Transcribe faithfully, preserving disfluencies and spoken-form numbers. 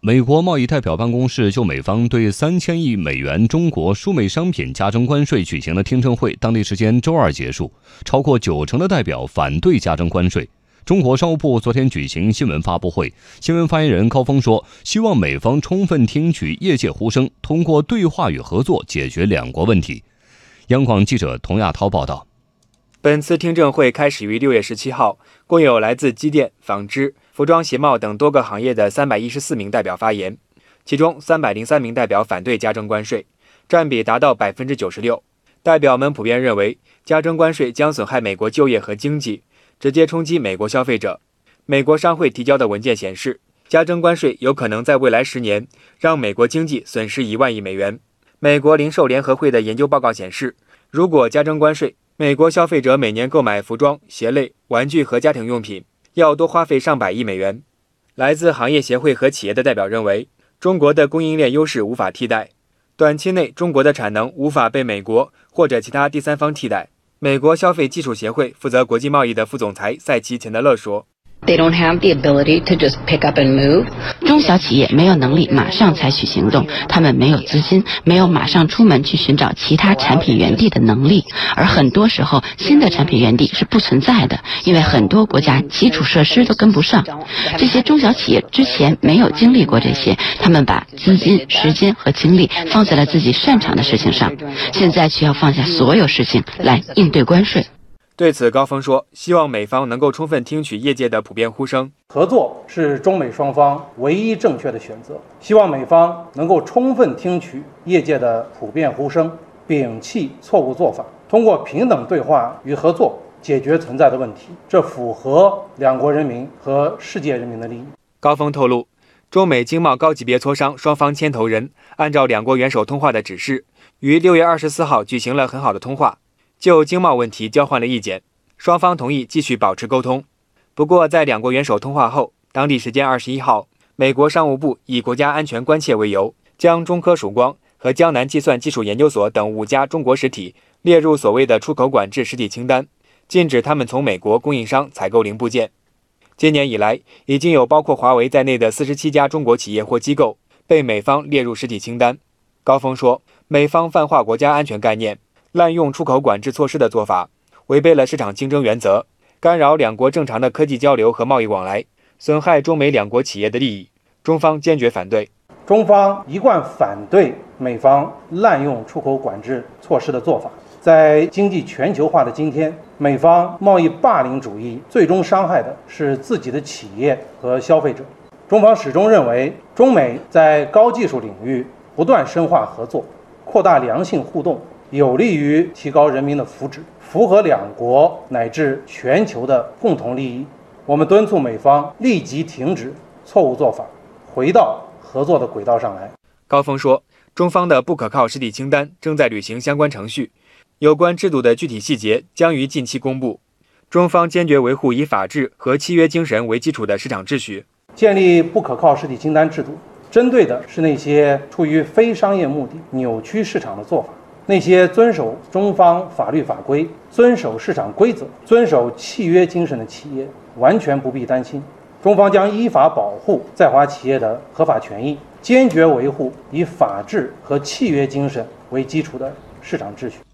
美国贸易代表办公室就美方对三千亿美元中国输美商品加征关税举行的听证会，当地时间周二结束，超过九成的代表反对加征关税。中国商务部昨天举行新闻发布会，新闻发言人高峰说，希望美方充分听取业界呼声，通过对话与合作解决两国问题。央广记者童亚涛报道。 本次听证会开始于六月十七号，共有来自机电、纺织、服装鞋帽等多个行业的三百一十四名代表发言，其中三百零三名代表反对加征关税，占比达到 百分之九十六。 代表们普遍认为，加征关税将损害美国就业和经济，直接冲击美国消费者。美国商会提交的文件显示，加征关税有可能在未来十年让美国经济损失一万亿美元。美国零售联合会的研究报告显示，如果加征关税，美国消费者每年购买服装、鞋类、玩具和家庭用品要多花费上百亿美元。来自行业协会和企业的代表认为，中国的供应链优势无法替代，短期内中国的产能无法被美国或者其他第三方替代。美国消费技术协会负责国际贸易的副总裁塞奇·钱德勒说 They don't have the ability to just pick up and move. 中小企业没有能力马上采取行动，他们没有资金，没有马上出门去寻找其他产品源地的能力，而很多时候新的产品源地是不存在的，因为很多国家基础设施都跟不上。这些中小企业之前没有经历过这些，他们把资金、时间和精力放在了自己擅长的事情上，现在需要放下所有事情来应对关税。 对此，高峰说，希望美方能够充分听取业界的普遍呼声。 合作是中美双方唯一正确的选择，希望美方能够充分听取业界的普遍呼声，摒弃错误做法，通过平等对话与合作解决存在的问题，这符合两国人民和世界人民的利益。 高峰透露，中美经贸高级别磋商双方牵头人按照两国元首通话的指示，于六月二十四号举行了很好的通话，就经贸问题交换了意见，双方同意继续保持沟通。不过，在两国元首通话后，当地时间二十一号，美国商务部以国家安全关切为由，将中科曙光和江南计算技术研究所等五家中国实体列入所谓的出口管制实体清单，禁止他们从美国供应商采购零部件。今年以来，已经有包括华为在内的四十七家中国企业或机构被美方列入实体清单。高峰说，美方泛化国家安全概念，滥用出口管制措施的做法，违背了市场竞争原则，干扰两国正常的科技交流和贸易往来，损害中美两国企业的利益。中方坚决反对。 中方一贯反对美方滥用出口管制措施的做法。在经济全球化的今天，美方贸易霸凌主义最终伤害的是自己的企业和消费者。中方始终认为，中美在高技术领域不断深化合作，扩大良性互动，有利于提高人民的福祉，符合两国乃至全球的共同利益。我们敦促美方立即停止错误做法，回到合作的轨道上来。 高峰说，中方的不可靠实体清单正在履行相关程序，有关制度的具体细节将于近期公布。中方坚决维护以法治和契约精神为基础的市场秩序。 建立不可靠实体清单制度，针对的是那些出于非商业目的扭曲市场的做法。那些遵守中方法律法规、遵守市场规则、遵守契约精神的企业，完全不必担心。中方将依法保护在华企业的合法权益，坚决维护以法治和契约精神为基础的市场秩序。